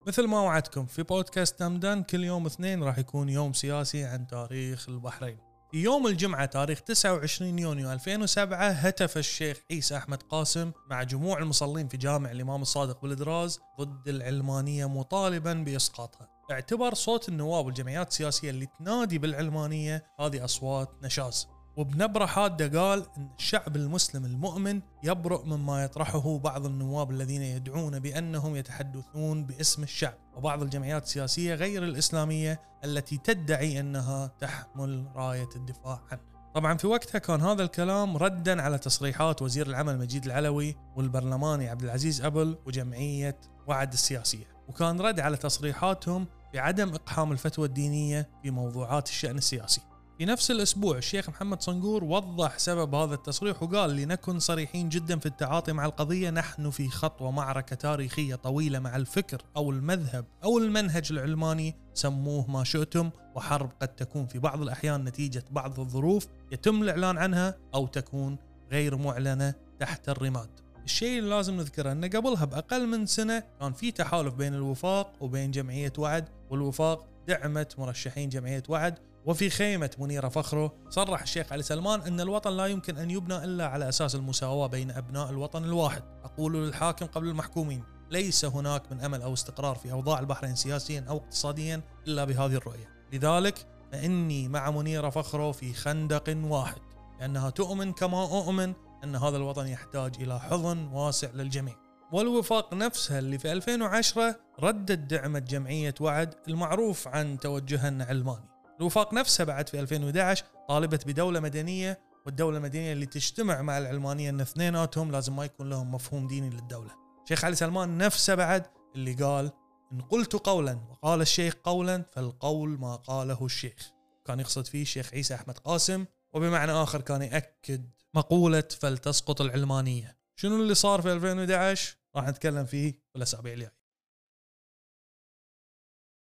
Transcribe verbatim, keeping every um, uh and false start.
مثل ما وعدتكم في بودكاست نمدان، كل يوم اثنين راح يكون يوم سياسي عن تاريخ البحرين. في يوم الجمعة تاريخ تسعة وعشرين يونيو ألفين وسبعة هتف الشيخ عيسى أحمد قاسم مع جموع المصلين في جامع الإمام الصادق بالدراز ضد العلمانية مطالبا بإسقاطها. اعتبر صوت النواب والجمعيات السياسية اللي تنادي بالعلمانية هذه أصوات نشاز، وبنبرة حادة قال إن الشعب المسلم المؤمن يبرؤ مما يطرحه بعض النواب الذين يدعون بأنهم يتحدثون باسم الشعب، وبعض الجمعيات السياسية غير الإسلامية التي تدعي أنها تحمل راية الدفاع عنه. طبعا في وقتها كان هذا الكلام ردا على تصريحات وزير العمل مجيد العلوي والبرلماني عبد العزيز أبل وجمعية وعد السياسية، وكان رد على تصريحاتهم بعدم إقحام الفتوى الدينية في موضوعات الشأن السياسي. في نفس الأسبوع الشيخ محمد صنقور وضح سبب هذا التصريح وقال: لنكن صريحين جدا في التعاطي مع القضية، نحن في خطوة معركة تاريخية طويلة مع الفكر أو المذهب أو المنهج العلماني، سموه ما شئتم، وحرب قد تكون في بعض الأحيان نتيجة بعض الظروف يتم الإعلان عنها أو تكون غير معلنة تحت الرماد. الشيء اللي لازم نذكره أن قبلها بأقل من سنة كان في تحالف بين الوفاق وبين جمعية وعد، والوفاق دعمت مرشحين جمعية وعد. وفي خيمة منيرة فخرو صرح الشيخ علي سلمان أن الوطن لا يمكن أن يبنى إلا على أساس المساواة بين أبناء الوطن الواحد. أقول للحاكم قبل المحكومين: ليس هناك من أمل أو استقرار في أوضاع البحرين سياسيا أو اقتصاديا إلا بهذه الرؤية. لذلك فإني مع منيرة فخرو في خندق واحد، لأنها تؤمن كما أؤمن أن هذا الوطن يحتاج إلى حضن واسع للجميع. والوفاق نفسها اللي في ألفين وعشرة ردت دعمت جمعية وعد المعروف عن توجهها العلماني. الوفاق نفسها بعد في ألفين وإحدى عشر طالبت بدولة مدنية، والدولة المدنية اللي تجتمع مع العلمانية أن اثنيناتهم لازم ما يكون لهم مفهوم ديني للدولة. شيخ علي سلمان نفسه بعد اللي قال: إن قلت قولا وقال الشيخ قولا فالقول ما قاله الشيخ. كان يقصد فيه الشيخ عيسى أحمد قاسم، وبمعنى آخر كان يأكد مقولة فلتسقط العلمانية. شنو اللي صار في ألفين وإحدى عشر راح نتكلم فيه في الأسابيع الجاية.